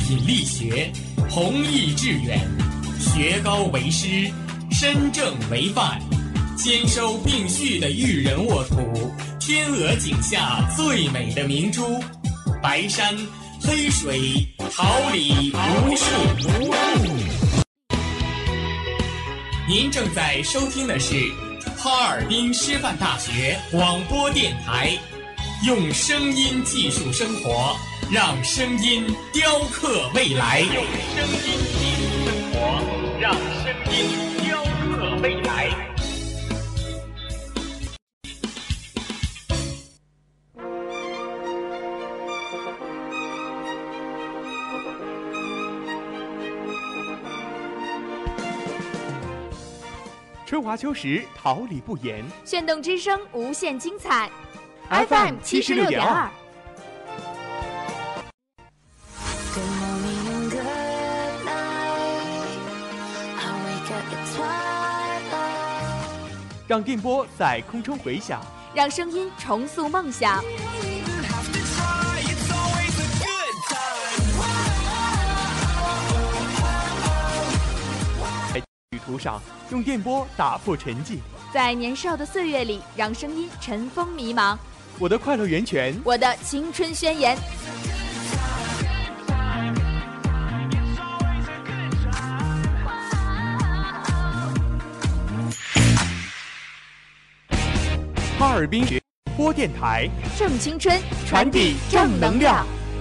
引力学，弘毅致远，学高为师，身正为范，兼收并蓄的育人沃土，天鹅颈下最美的明珠，白山黑水，桃李无数。您正在收听的是哈尔滨师范大学广播电台，用声音技术生活，让声音雕刻未来。用声音技术生活，让声音雕刻未来。 春华秋实，桃李不言。 炫动之声，无限精彩。 FM 76.2。让电波在空中回响， 让声音重塑梦想。 旅途上，用电波打破沉寂， 在年少的岁月里，让声音尘封迷茫。 我的快乐源泉， 我的青春宣言。 哈尔滨播电台， 正青春，传递正能量。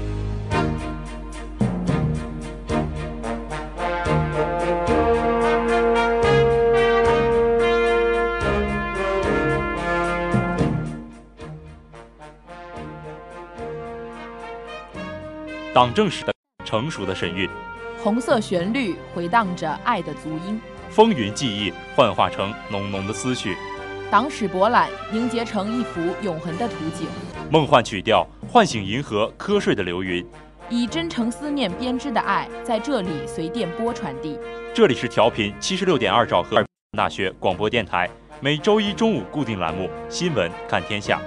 党政时的成熟的神韵， 红色旋律回荡着爱的足音， 风云记忆幻化成浓浓的思绪， 党史博览凝结成一幅永恒的图景， 梦幻曲调唤醒银河瞌睡的流云， 以真诚思念编织的爱在这里随电波传递。 这里是调频76.2兆赫大学广播电台，每周一中午固定栏目新闻看天下。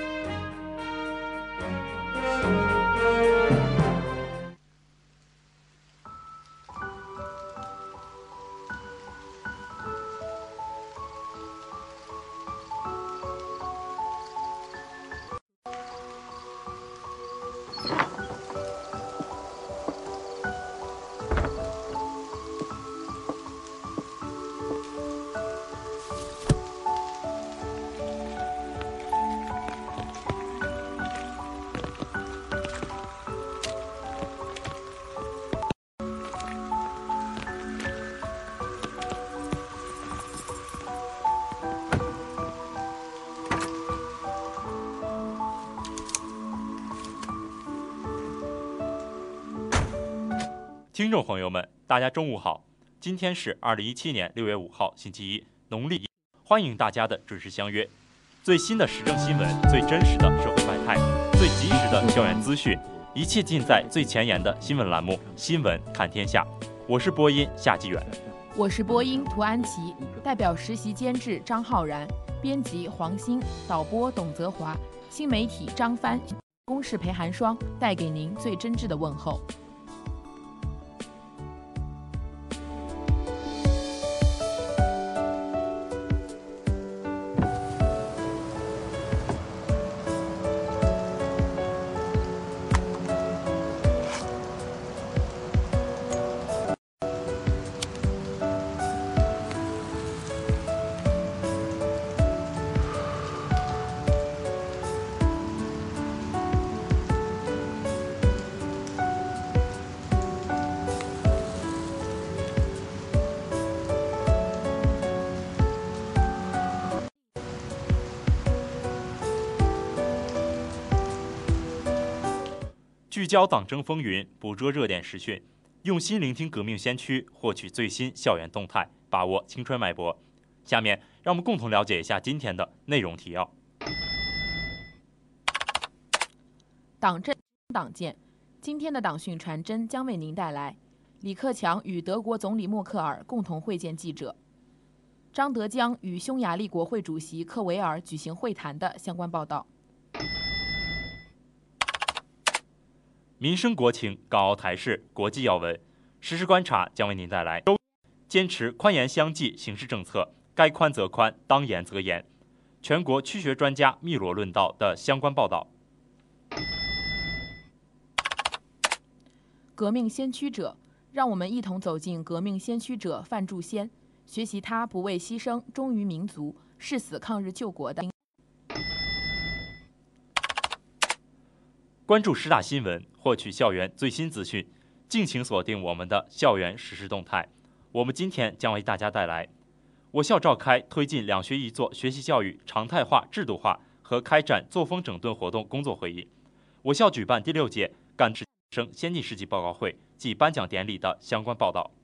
听众朋友们，大家中午好！今天是2017年6月5号，星期一，农历，欢迎大家的准时相约。最新的时政新闻，最真实的社会百态，最及时的校园资讯，一切尽在最前沿的新闻栏目《新闻看天下》。我是播音夏继远， 我是播音涂安琪，代表实习监制张浩然，编辑黄鑫，导播董泽华，新媒体张帆，公事裴寒霜，带给您最真挚的问候。 聚焦党争风云，捕捉热点时讯，用心聆听革命先驱，获取最新校园动态，把握青春脉搏。下面让我们共同了解一下今天的内容提要。 党政党建，今天的党讯传真将为您带来李克强与德国总理默克尔共同会见记者，张德江与匈牙利国会主席克维尔举行会谈的相关报道。 民生国情、港澳台事、国际要闻，实时观察将为您带来坚持宽严相济行事政策，该宽则宽，当严则严，全国区学专家密锣论道的相关报道。 革命先驱者，让我们一同走进革命先驱者范仲淹，学习他不畏牺牲、忠于民族、誓死抗日救国的。 关注师大新闻，获取校园最新资讯，敬请锁定我们的校园实时动态。我们今天将为大家带来：我校召开推进2学1作学习教育常态化、制度化和开展作风整顿活动工作会议；我校举办第6届干部生先进事迹报告会暨颁奖典礼的相关报道。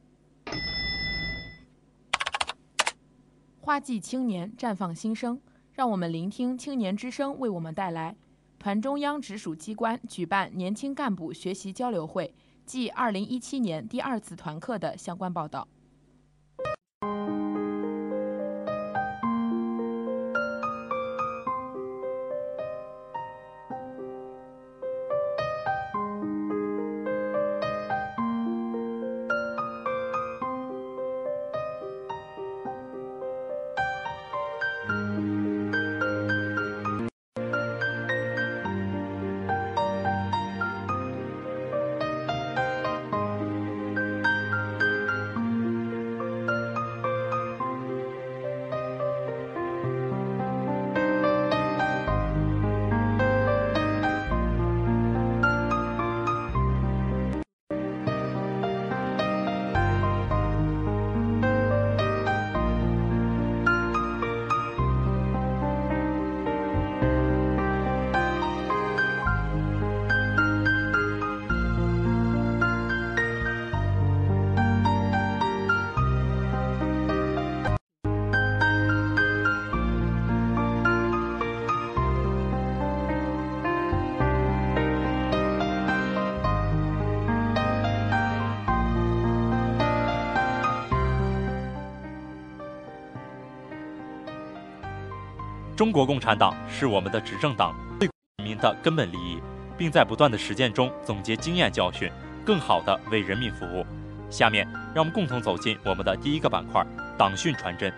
花季青年绽放新生，让我们聆听青年之声为我们带来团中央直属机关举办年轻干部学习交流会暨2017年第2次团课的相关报道。 中国共产党是我们的执政党，对人民的根本利益，并在不断的实践中总结经验教训，更好地为人民服务。下面，让我们共同走进我们的第一个板块——党训传真。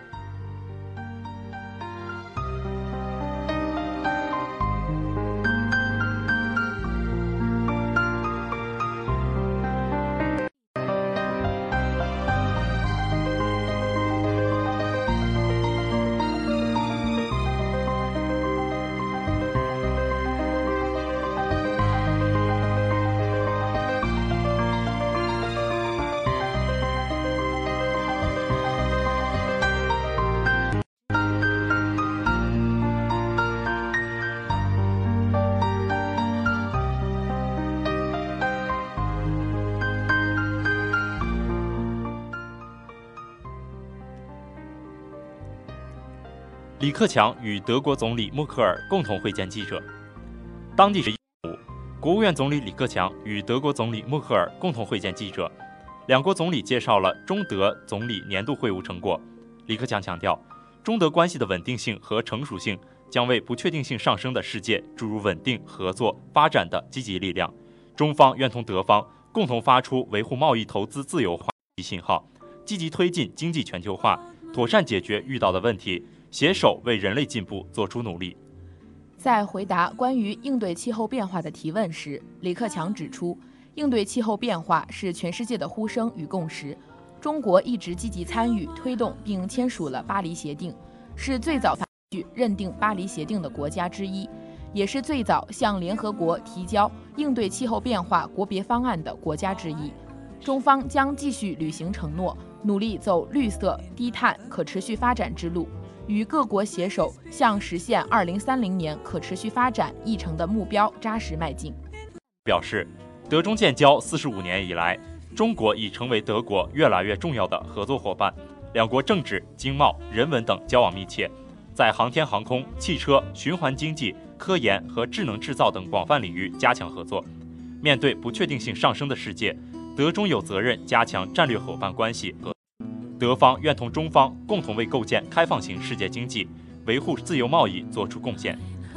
李克强与德国总理默克尔共同会见记者。当地11日，国务院总理李克强与德国总理默克尔共同会见记者，两国总理介绍了中德总理年度会晤成果。李克强强调，中德关系的稳定性和成熟性将为不确定性上升的世界注入稳定、合作、发展的积极力量。中方愿同德方共同发出维护贸易投资自由化信号，积极推进经济全球化，妥善解决遇到的问题，携手为人类进步做出努力。 在回答关于应对气候变化的提问时，李克强指出，应对气候变化是全世界的呼声与共识。中国一直积极参与推动并签署了巴黎协定，是最早认定巴黎协定的国家之一，也是最早向联合国提交应对气候变化国别方案的国家之一。中方将继续履行承诺，努力走绿色、低碳、可持续发展之路，与各国携手向实现2030年可持续发展议程的目标扎实迈进。 表示，德中建交45年以来，中国已成为德国越来越重要的合作伙伴，两国政治、经贸、人文等交往密切，在航天航空、汽车、循环经济、科研和智能制造等广泛领域加强合作。面对不确定性上升的世界，德中有责任加强战略伙伴关系，德方愿同中方共同为构建开放型世界经济、维护自由贸易作出贡献。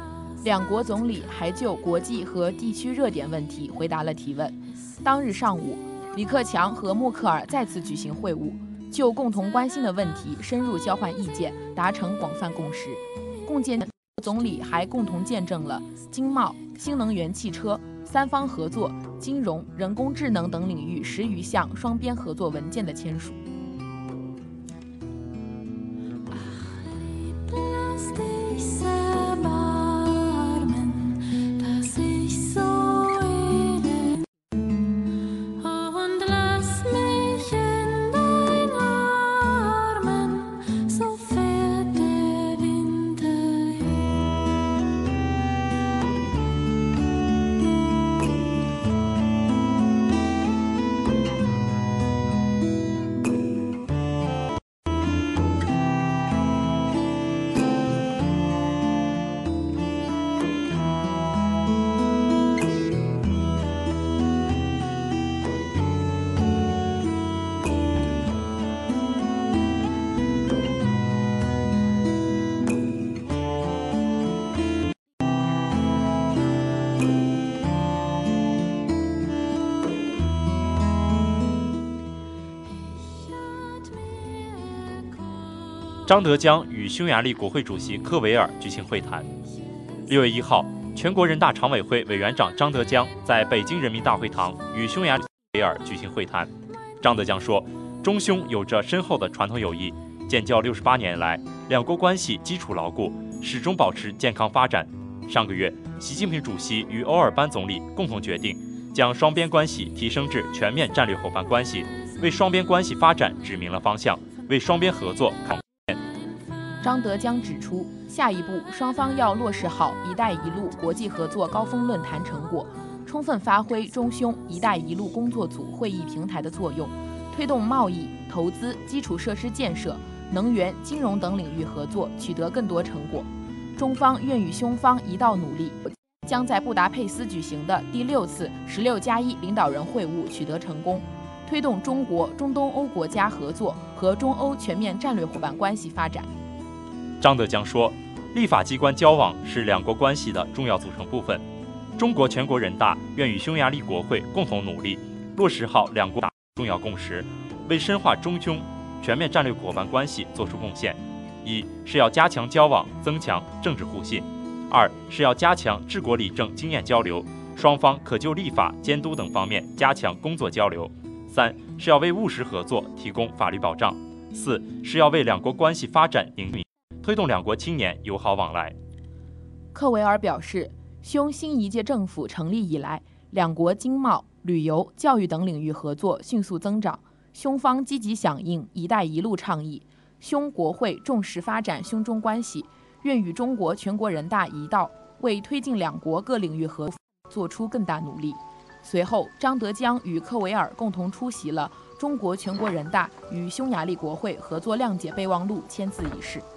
两国总理还就国际和地区热点问题回答了提问。当日上午，李克强和默克尔再次举行会晤，就共同关心的问题深入交换意见，达成广泛共识。总理还共同见证了经贸、新能源汽车、三方合作、金融、人工智能等领域10余项双边合作文件的签署。 张德江与匈牙利国会主席科维尔举行会谈。6月1号，全国人大常委会委员长张德江在北京人民大会堂与匈牙利科维尔举行会谈。张德江说，中匈有着深厚的传统友谊，建交68年来，两国关系基础牢固，始终保持健康发展。上个月，习近平主席与欧尔班总理共同决定，将双边关系提升至全面战略伙伴关系，为双边关系发展指明了方向，为双边合作抗。 张德江指出，下一步双方要落实好“一带一路”国际合作高峰论坛成果，充分发挥中匈“一带一路”工作组会议平台的作用，推动贸易、投资、基础设施建设、能源、金融等领域合作取得更多成果。中方愿与匈方一道努力，将在布达佩斯举行的第6次16+1领导人会晤取得成功，推动中国、中东欧国家合作和中欧全面战略伙伴关系发展。 张德江说，立法机关交往是两国关系的重要组成部分。中国全国人大愿与匈牙利国会共同努力，落实好两国重要共识，为深化中匈全面战略伙伴关系作出贡献。一是要加强交往，增强政治互信；二是要加强治国理政经验交流，双方可就立法、监督等方面加强工作交流；三是要为务实合作提供法律保障；四是要为两国关系发展凝聚。推动两国青年友好往来。 科维尔表示，匈新一届政府成立以来，两国经贸、旅游、教育等领域合作迅速增长，匈方积极响应“一带一路”倡议，匈国会重视发展匈中关系，愿与中国全国人大一道，为推进两国各领域合作做出更大努力。随后，张德江与科维尔共同出席了中国全国人大与匈牙利国会合作谅解备忘录签字仪式。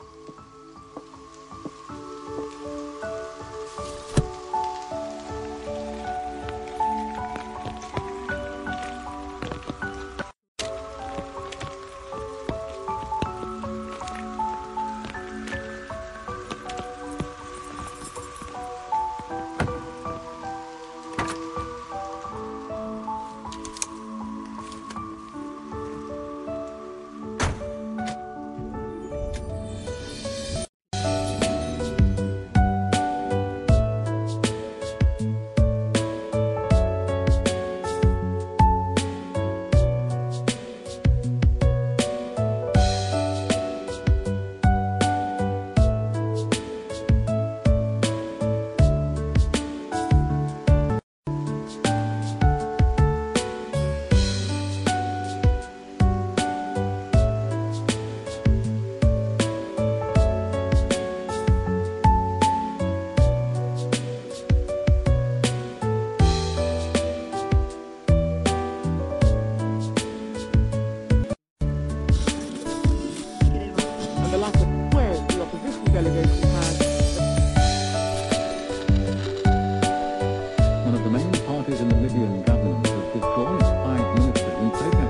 One of the main parties in the Libyan government has withdrawn its 5 ministers in protest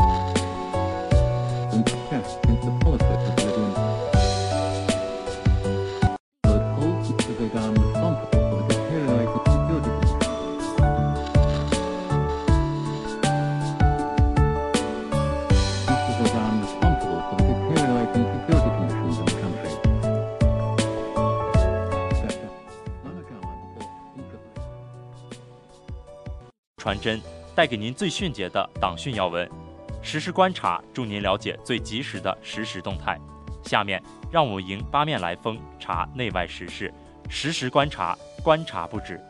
against the policies of Libyan. It holds the Sudan 传真，带给您最迅捷的党讯要闻。实时观察，助您了解最及时的实时动态。下面，让我们迎八面来风，查内外时事，实时观察，观察不止。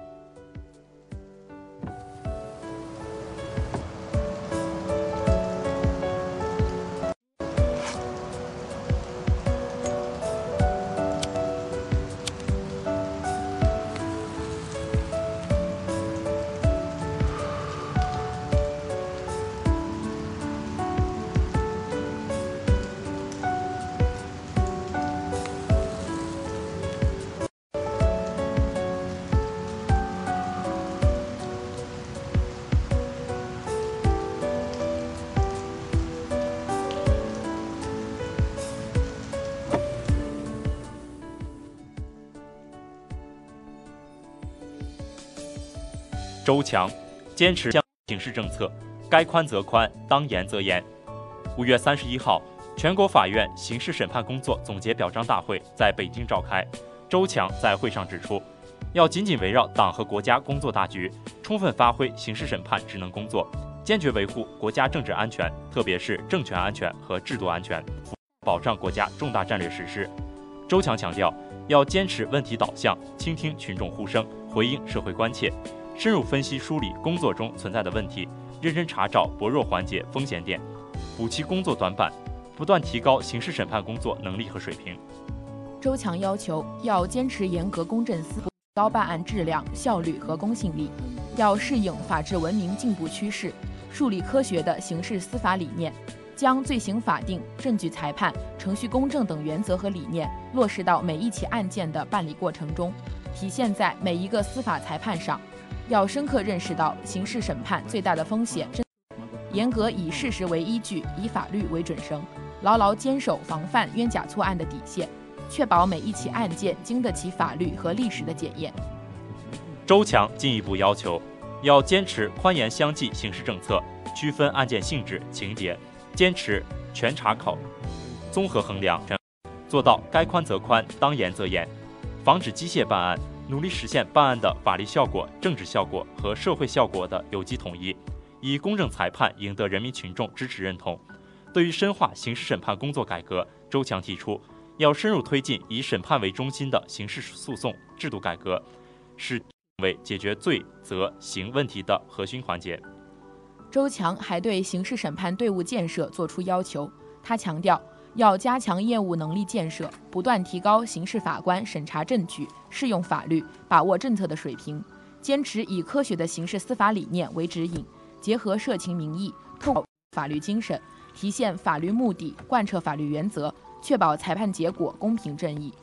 周强坚持刑事政策，该宽则宽，当严则严。5月31号，全国法院刑事审判工作总结表彰大会在北京召开。周强在会上指出，要紧紧围绕党和国家工作大局，充分发挥刑事审判职能工作，坚决维护国家政治安全，特别是政权安全和制度安全，保障国家重大战略实施。周强强调，要坚持问题导向，倾听群众呼声，回应社会关切，深入分析梳理工作中存在的问题，认真查找薄弱环节风险点，补齐工作短板，不断提高刑事审判工作能力和水平。 周强要求要坚持严格公正司法，高办案质量、效率和公信力，要适应法治文明进步趋势，树立科学的刑事司法理念，将罪刑法定、证据裁判、程序公正等原则和理念落实到每一起案件的办理过程中，体现在每一个司法裁判上。要深刻认识到刑事审判最大的风险，严格以事实为依据，以法律为准绳，牢牢坚守防范冤假错案的底线，确保每一起案件经得起法律和历史的检验。 周强进一步要求，要坚持宽严相济刑事政策，区分案件性质、情节，坚持全查考、综合衡量，做到该宽则宽，当严则严，防止机械办案，努力实现办案的法律效果、政治效果和社会效果的有机统一，以公正裁判赢得人民群众支持认同。对于深化刑事审判工作改革，周强提出，要深入推进以审判为中心的刑事诉讼制度改革，是为解决罪责刑问题的核心环节。 周强还对刑事审判队伍建设作出要求，他强调，要加强业务能力建设，不断提高刑事法官审查证据、适用法律、把握政策的水平，坚持以科学的刑事司法理念为指引，结合社情民意，透过法律精神，体现法律目的，贯彻法律原则，确保裁判结果公平正义。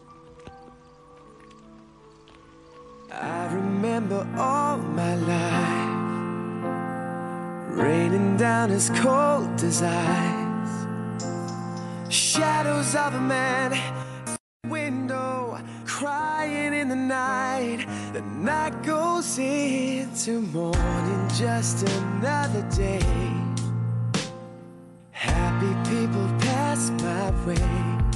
I remember all my life raining down as cold as ice, shadows of a man, window crying in the night. The night goes into morning, just another day. Happy people pass my way,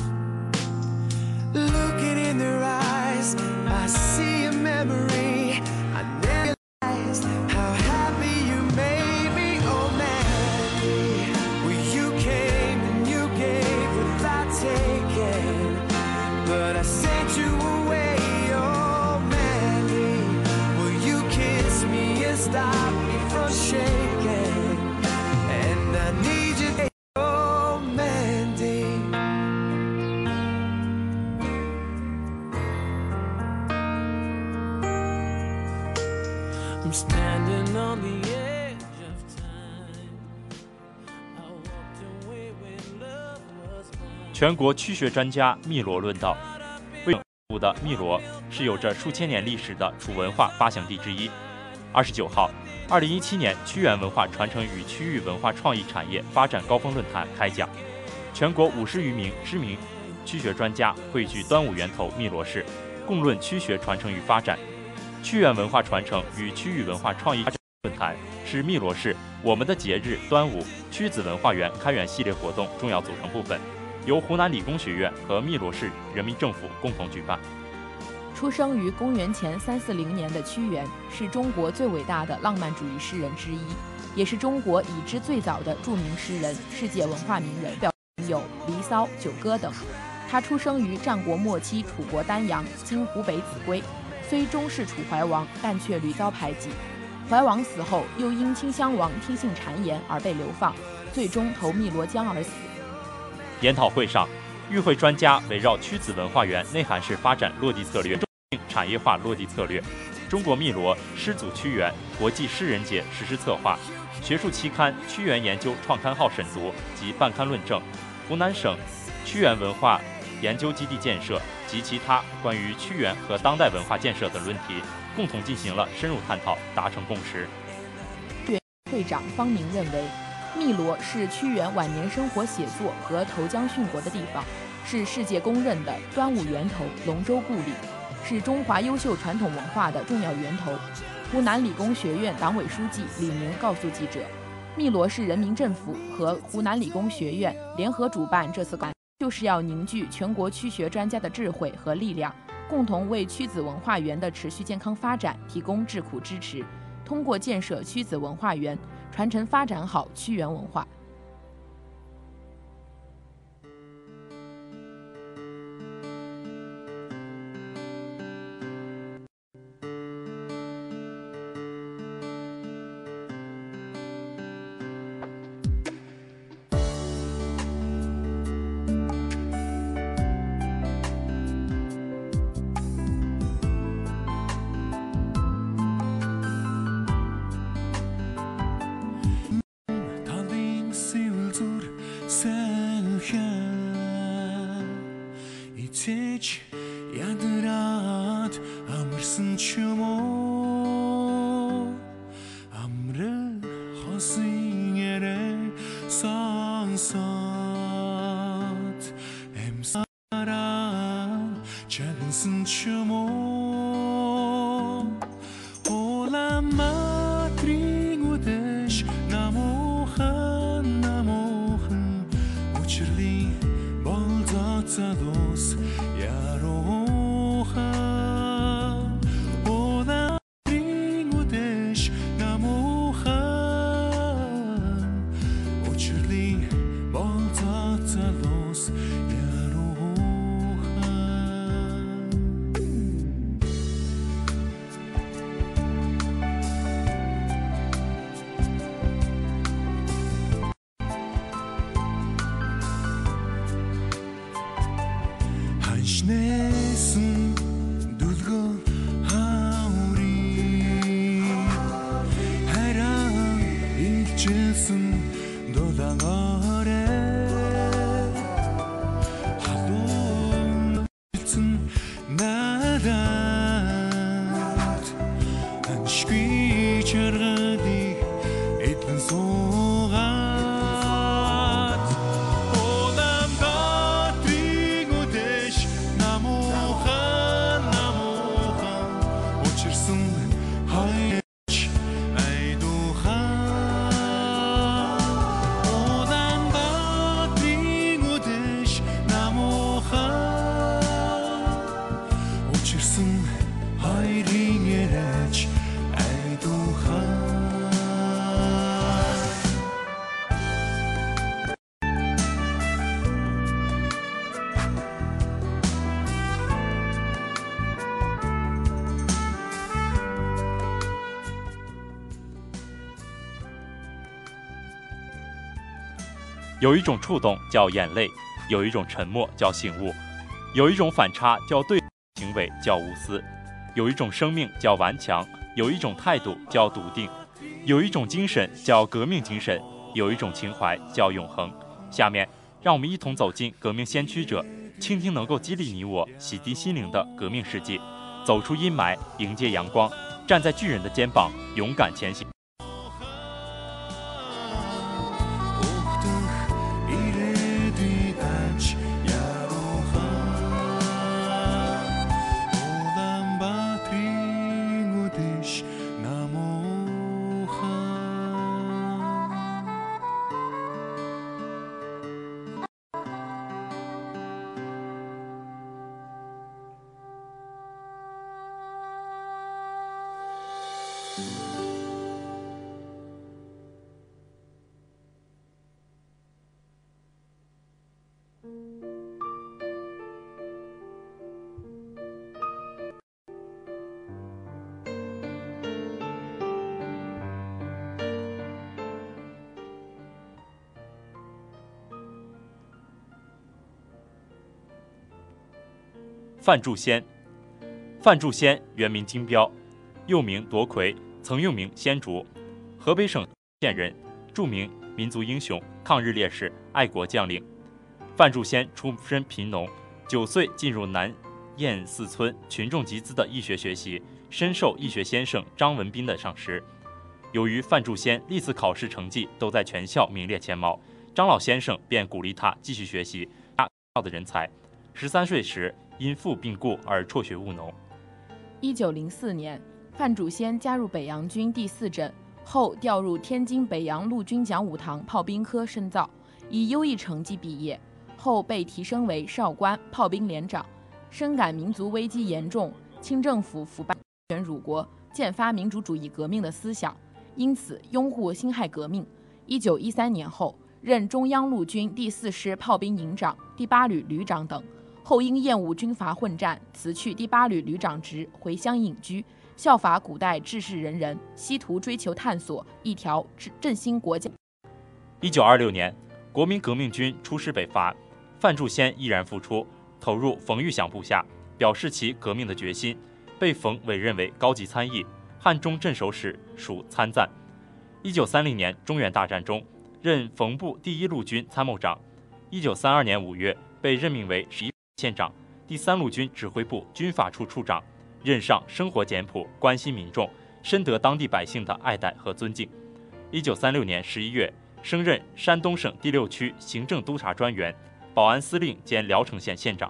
looking in their eyes, I see a memory. I never realized how happy you made me. Oh Mandy, well you came and you gave without taking, but I sent you away. Oh Mandy, well you kissed me and stopped me from shaking, and I need you. Oh Mandy, I'm standing on the edge of time. I walked away when love was blind. 全国区学专家汨罗论道，为古的汨罗是有着数千年历史的楚文化发祥地之一。29号，2017年屈原文化传承与区域文化创意产业发展高峰论坛开讲，全国50余名知名区学专家汇聚端午源头汨罗市，共论区学传承与发展。屈原文化传承与区域文化创意发展论坛是汨罗市我们的节日端午屈子文化园开园系列活动重要组成部分，由湖南理工学院和汨罗市人民政府共同举办。 出生于公元前340年的屈原，是中国最伟大的浪漫主义诗人之一，也是中国已知最早的著名诗人、世界文化名人，表有《离骚》《九歌》等。他出生于战国末期楚国丹阳（今湖北秭归），虽终是楚怀王，但却屡遭排挤。怀王死后，又因顷襄王听信谗言而被流放，最终投汨罗江而死。 研讨会上，与会专家围绕曲子文化园内涵式发展落地策略、产业化落地策略、中国汨罗诗祖屈原国际诗人节实施策划、学术期刊屈原研究创刊号审读及办刊论证、湖南省屈原文化研究基地建设及其他关于屈原和当代文化建设等论题，共同进行了深入探讨，达成共识。 会长方明认为，汨罗是屈原晚年生活写作和投江殉国的地方，是世界公认的端午源头、龙舟故里，是中华优秀传统文化的重要源头。湖南理工学院党委书记李明告诉记者，汨罗市人民政府和湖南理工学院联合主办这次就是要凝聚全国曲学专家的智慧和力量，共同为曲子文化园的持续健康发展提供智库支持，通过建设曲子文化园，传承发展好屈原文化。 有一种触动叫眼泪，有一种沉默叫醒悟，有一种反差叫对行为叫无私，有一种生命叫顽强，有一种态度叫笃定，有一种精神叫革命精神，有一种情怀叫永恒。下面让我们一同走进革命先驱者，倾听能够激励你我、洗涤心灵的革命事迹，走出阴霾，迎接阳光，站在巨人的肩膀，勇敢前行。 范祝先。范祝先原名金彪，又名夺魁，曾用名先竹，河北省县人，著名民族英雄、抗日烈士、爱国将领。范祝先出身贫农，9岁进入南堰四村群众集资的医学学习，深受医学先生张文彬的赏识。由于范祝先历次考试成绩都在全校名列前茅，张老先生便鼓励他继续学习，大的人才。13岁时因父病故而辍学务农。 1904年，范祝先加入北洋军第4镇，后调入天津北洋陆军讲武堂炮兵科深造，以优异成绩毕业，后被提升为少官、炮兵连长。深感民族危机严重，清政府腐败辱国，渐发民主主义革命的思想，因此拥护辛亥革命。1913年后，任中央陆军第4师炮兵营长、第8旅旅长等。后因厌恶军阀混战，辞去第8旅旅长职，回乡隐居，效法古代志士仁人，希图追求探索一条振兴国家。 1926年，国民革命军出师北伐，范祝先毅然复出，投入冯玉祥部下，表示其革命的决心，被冯委任为高级参议、汉中镇守使属参赞。1930年中原大战中，任冯部第1路军参谋长。1932年5月，被任命为11县长、第3路军指挥部军法处处长，任上生活简朴，关心民众，深得当地百姓的爱戴和尊敬。1936年11月，升任山东省第6区行政督察专员、保安司令兼聊城县县长。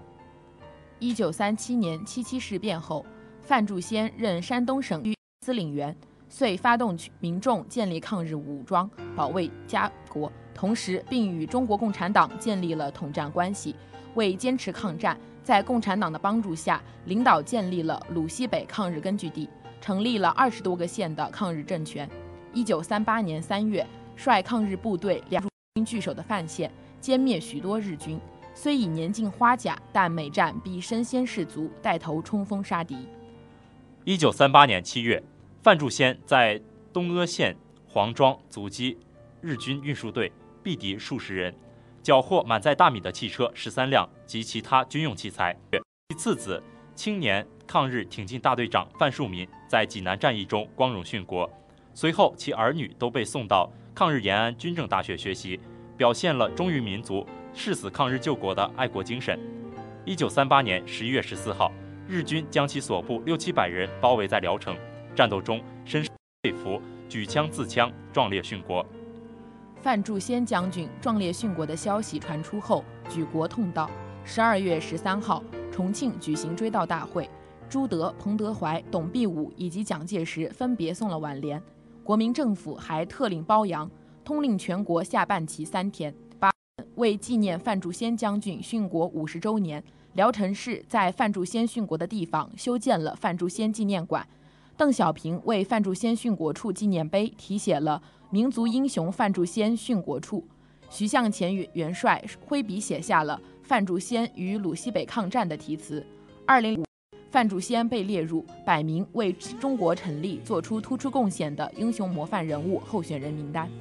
1937年77事变后，范祝先任山东省司令员，遂发动民众建立抗日武装，保卫家国，同时并与中国共产党建立了统战关系。为坚持抗战，在共产党的帮助下，领导建立了鲁西北抗日根据地，成立了20多个县的抗日政权。1938年3月，率抗日部队2入据守的范县，歼灭许多日军。虽已年近花甲，但每战必身先士卒，带头冲锋杀敌。 1938年7月，范祝先在东阿县黄庄阻击日军运输队，毙敌数十人，缴获满载大米的汽车13辆及其他军用器材。其次子、青年抗日挺进大队长范树民在济南战役中光荣殉国，随后其儿女都被送到抗日延安军政大学学习，表现了忠于民族、誓死抗日救国的爱国精神。1938年11月14号，日军将其所部600-700人包围在聊城，战斗中身受被俘，举枪自枪，壮烈殉国。 范祝先将军壮烈殉国的消息传出后，举国痛悼。12月13号，重庆举行追悼大会，朱德、彭德怀、董必武以及蒋介石分别送了挽联。国民政府还特令褒扬，通令全国下半旗3天。为纪念范祝先将军殉国50周年，聊城市在范祝先殉国的地方修建了范祝先纪念馆。邓小平为范祝先殉国处纪念碑题写了民族英雄范祝先殉国处。徐向前元帅挥笔写下了范祝先与鲁西北抗战的题词。2005，范祝先被列入100名为中国成立做出突出贡献的英雄模范人物候选人名单。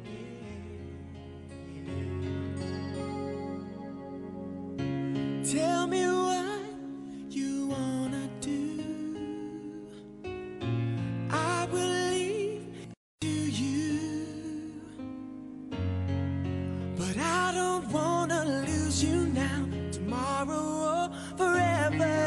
Tell me what you wanna do. I will leave to you, but I don't wanna lose you now, tomorrow or forever.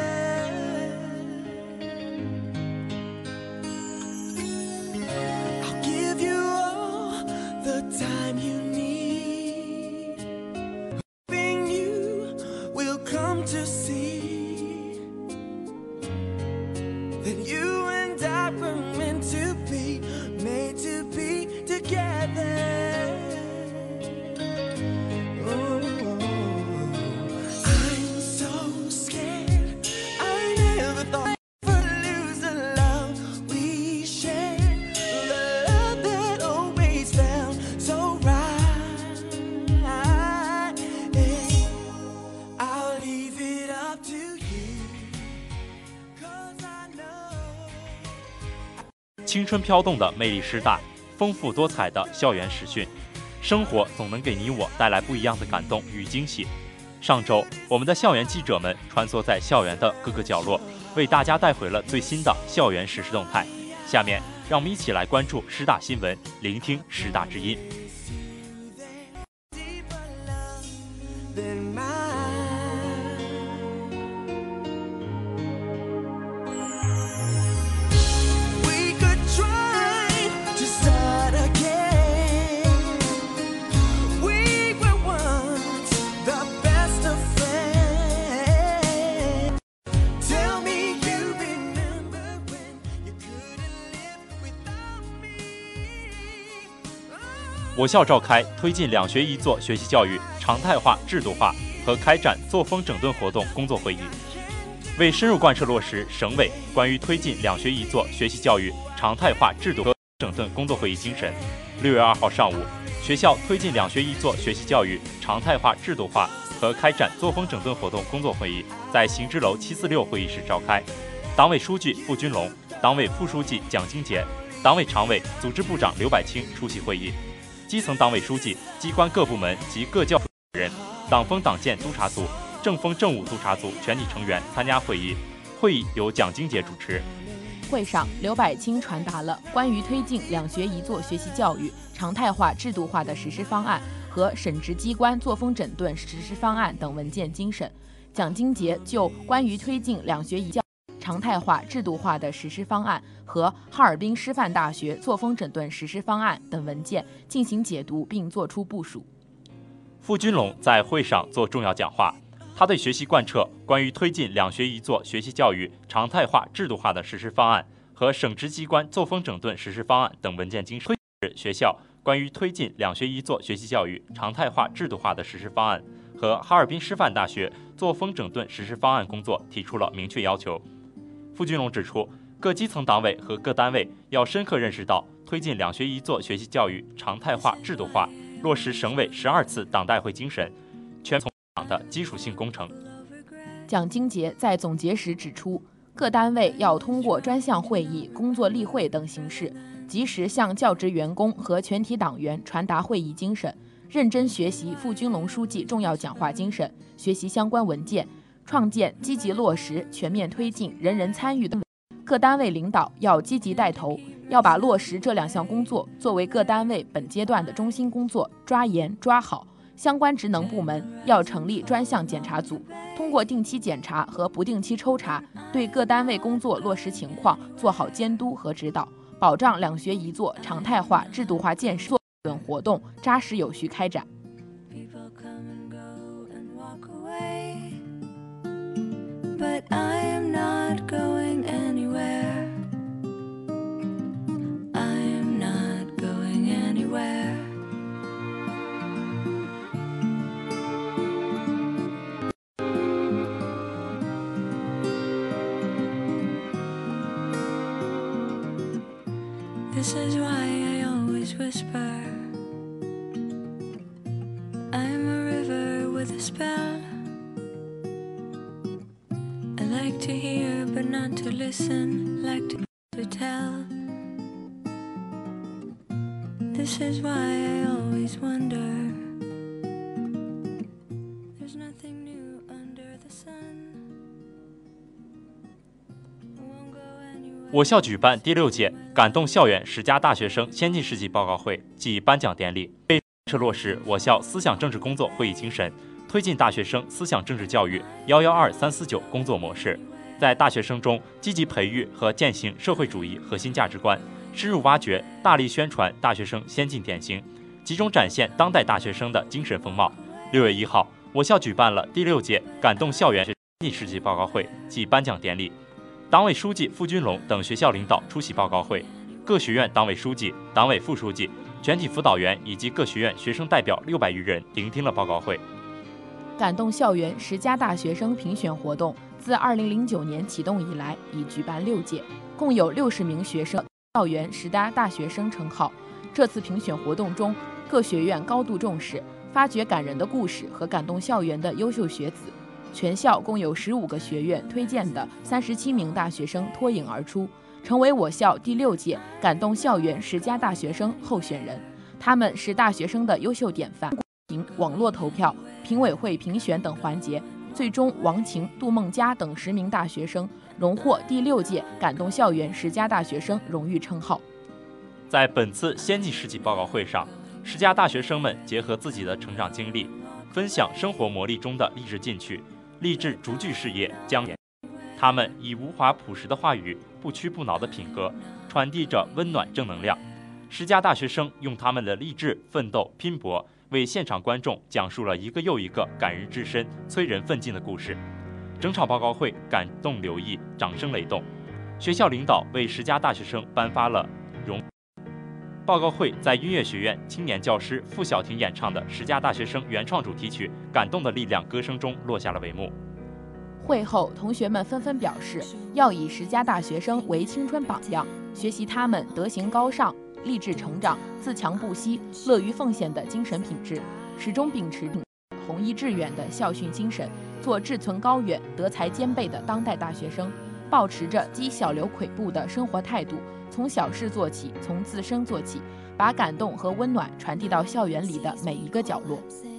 I'll give you all the time you need, hoping you will come to see that you and I were meant to be, made to be together. Oh, I'm so scared. I never thought I'd ever lose the love we shared, the love that always felt so right. I'll leave it up to you, 'cause I know. 青春飘动的魅力师大，丰富多彩的校园实训，生活总能给你我带来不一样的感动与惊喜。 上周，我们的校园记者们穿梭在校园的各个角落，为大家带回了最新的校园时事动态。下面，让我们一起来关注师大新闻，聆听师大之音。我校召开推进2学1做学习教育常态化、制度化和开展作风整顿活动工作会议，为深入贯彻落实省委关于推进2学1做学习教育常态化、制度和整顿工作会议精神，6月2号上午，学校推进2学1做学习教育常态化、制度化和开展作风整顿活动工作会议在行知楼746会议室召开。党委书记付军龙、党委副书记蒋金杰、党委常委、组织部长刘百清出席会议。基层党委书记、机关各部门及各教人、党风党建督查组、政风政务督查组全体成员参加会议。会议由蒋金杰主持。 会上，刘百清传达了关于推进2学1做学习教育常态化、制度化的实施方案和省直机关作风整顿实施方案等文件精神。蒋金杰就关于推进2学1教育常态化、制度化的实施方案和哈尔滨师范大学作风整顿实施方案等文件进行解读并作出部署。 付军龙在会上作重要讲话，他对学习贯彻关于推进2学1做学习教育常态化、制度化的实施方案和省直机关作风整顿实施方案等文件精神，学校关于推进2学1做学习教育常态化、制度化的实施方案和哈尔滨师范大学作风整顿实施方案工作提出了明确要求。付军龙指出，各基层党委和各单位要深刻认识到推进2学1做学习教育常态化、制度化，落实省委12次党代会精神，全从党的基础性工程。 蒋金杰在总结时指出，各单位要通过专项会议、工作例会等形式，及时向教职员工和全体党员传达会议精神，认真学习付军龙书记重要讲话精神，学习相关文件，创建积极落实、全面推进、人人参与的。各单位领导要积极带头，要把落实这2项工作作为各单位本阶段的中心工作，抓严抓好。相关职能部门要成立专项检查组，通过定期检查和不定期抽查，对各单位工作落实情况做好监督和指导，保障2学1做常态化、制度化建设等活动扎实有序开展。 But I am not going anywhere. I am not going anywhere. This is why I always whisper. I'm a river with a spell.Like to hear but not to listen, like to tell. This is why I always wonder. There's nothing new under the sun. 我校举办第6届感动校园10佳大学生先进事迹报告会暨颁奖典礼，为彻落实我校思想政治工作会议精神，推进大学生思想政治教育112349工作模式，在大学生中积极培育和践行社会主义核心价值观，深入挖掘、大力宣传大学生先进典型，集中展现当代大学生的精神风貌。6月1号，我校举办了第6届感动校园先进事迹报告会暨颁奖典礼，党委书记付军龙等学校领导出席报告会，各学院党委书记、党委副书记、全体辅导员以及各学院学生代表600余人聆听了报告会。 感动校园10佳大学生评选活动自2009年启动以来，已举办6届，共有60名学生校园10佳大学生称号。这次评选活动中，各学院高度重视，发掘感人的故事和感动校园的优秀学子。全校共有15个学院推荐的37名大学生脱颖而出，成为我校第6届感动校园10佳大学生候选人。他们是大学生的优秀典范。网络投票、 评委会评选等环节，最终王晴、杜梦佳等10名大学生荣获第6届感动校园10佳大学生荣誉称号。 在本次先进事迹报告会上，10佳大学生们结合自己的成长经历，分享生活磨砺中的励志进取，立志逐句事业将延。他们以无华朴实的话语、不屈不挠的品格，传递着温暖正能量。10佳大学生用他们的励志、奋斗、拼搏，为现场观众讲述了一个又一个感人至深、催人奋进的故事。整场报告会感动流溢，掌声雷动。学校领导为10佳大学生颁发了荣。报告会在音乐学院青年教师付晓婷演唱的10佳大学生原创主题曲《感动的力量》歌声中落下了帷幕。 会后，同学们纷纷表示，要以10佳大学生为青春榜样，学习他们德行高尚、励志成长、自强不息、乐于奉献的精神品质，始终秉持弘毅致远的校训精神，做志存高远、德才兼备的当代大学生，保持着积小流跬步的生活态度，从小事做起，从自身做起，把感动和温暖传递到校园里的每一个角落。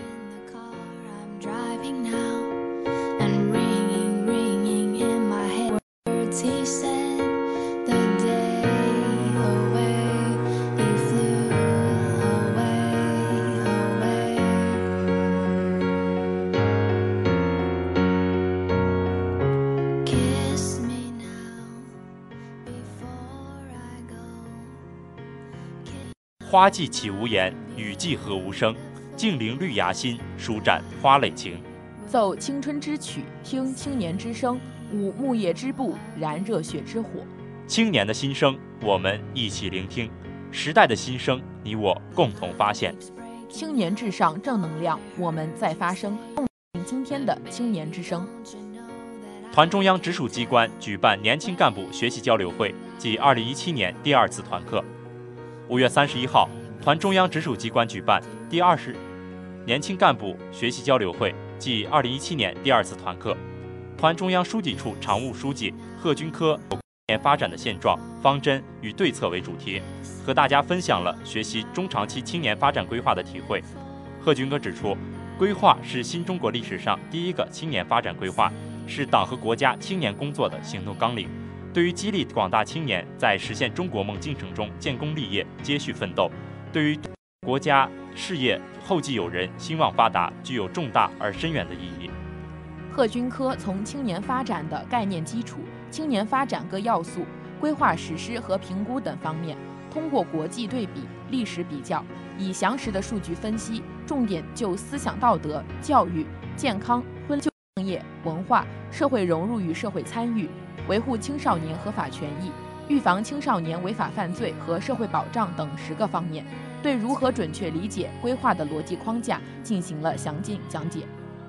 花季岂无言，雨季何无声。静聆绿芽心，舒展花蕾情。 奏青春之曲，听青年之声，舞木叶之步，燃热血之火。 青年的心声，我们一起聆听；时代的心声，你我共同发现。 青年至上，正能量，我们在发声，共鸣今天的青年之声。 团中央直属机关举办年轻干部学习交流会暨2017年第2次团课。5月31号，团中央直属机关举办第20年轻干部学习交流会暨2017年第2次团课。团中央书记处常务书记贺军科青年发展的现状、方针与对策为主题，和大家分享了学习中长期青年发展规划的体会。贺军科指出，规划是新中国历史上第一个青年发展规划，是党和国家青年工作的行动纲领。对于激励广大青年在实现中国梦进程中建功立业、接续奋斗，对于国家事业后继有人、兴旺发达具有重大而深远的意义。 贺军科从青年发展的概念基础、青年发展各要素、规划实施和评估等方面，通过国际对比、历史比较，以详实的数据分析，重点就思想道德、教育、健康、婚就业、文化、社会融入与社会参与，维护青少年合法权益，预防青少年违法犯罪和社会保障等10个方面，对如何准确理解规划的逻辑框架进行了详尽讲解。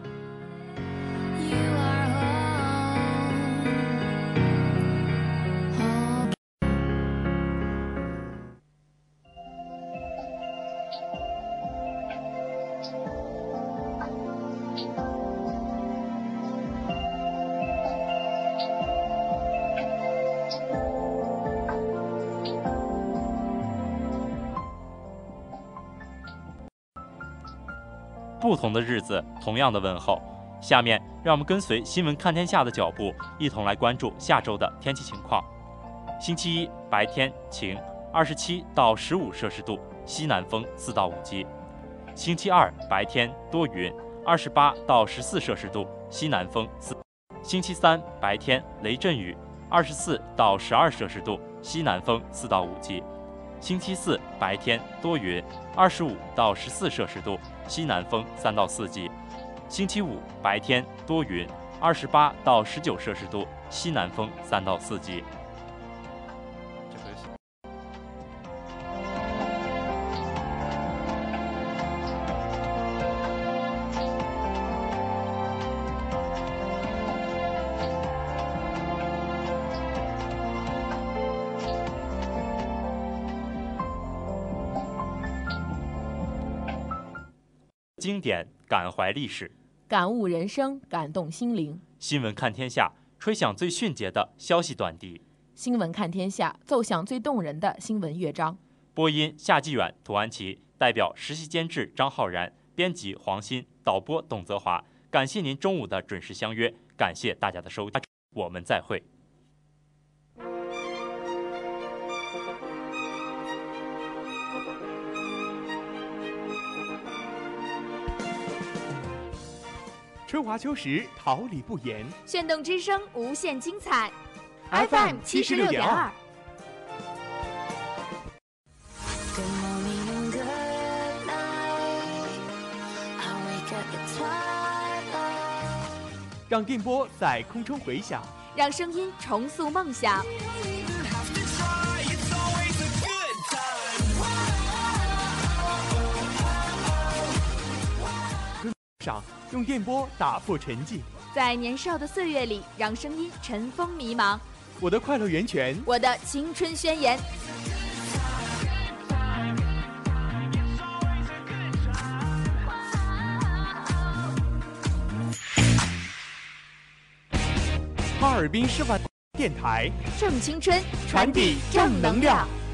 不同的日子，同样的问候。下面让我们跟随新闻看天下的脚步，一同来关注下周的天气情况。星期一白天晴，27到15摄氏度，西南风4到5级。星期二白天多云，28到14摄氏度，西南风4。星期三白天雷阵雨，24到12摄氏度，西南风4到5级。星期四白天多云，25到14摄氏度，西南风3到4级。星期五白天多云，28到19摄氏度，西南风3到4级。经典感怀历史， 感悟人生，感动心灵。 新闻看天下，吹响最迅捷的消息短笛。 新闻看天下，奏响最动人的新闻乐章。 播音夏继远、涂安琪，代表实习监制张浩然，编辑黄鑫， 导播董泽华。感谢您中午的准时相约，感谢大家的收听，我们再会。 春华秋实，桃李不言。 炫动之声，无限精彩。 FM 76.2。让电波在空中回响， 让声音重塑梦想。 上用电波打破沉寂， 在年少的岁月里，让声音尘封迷茫。 我的快乐源泉， 我的青春宣言。 哈尔滨师范电台， 正青春， 传递正能量。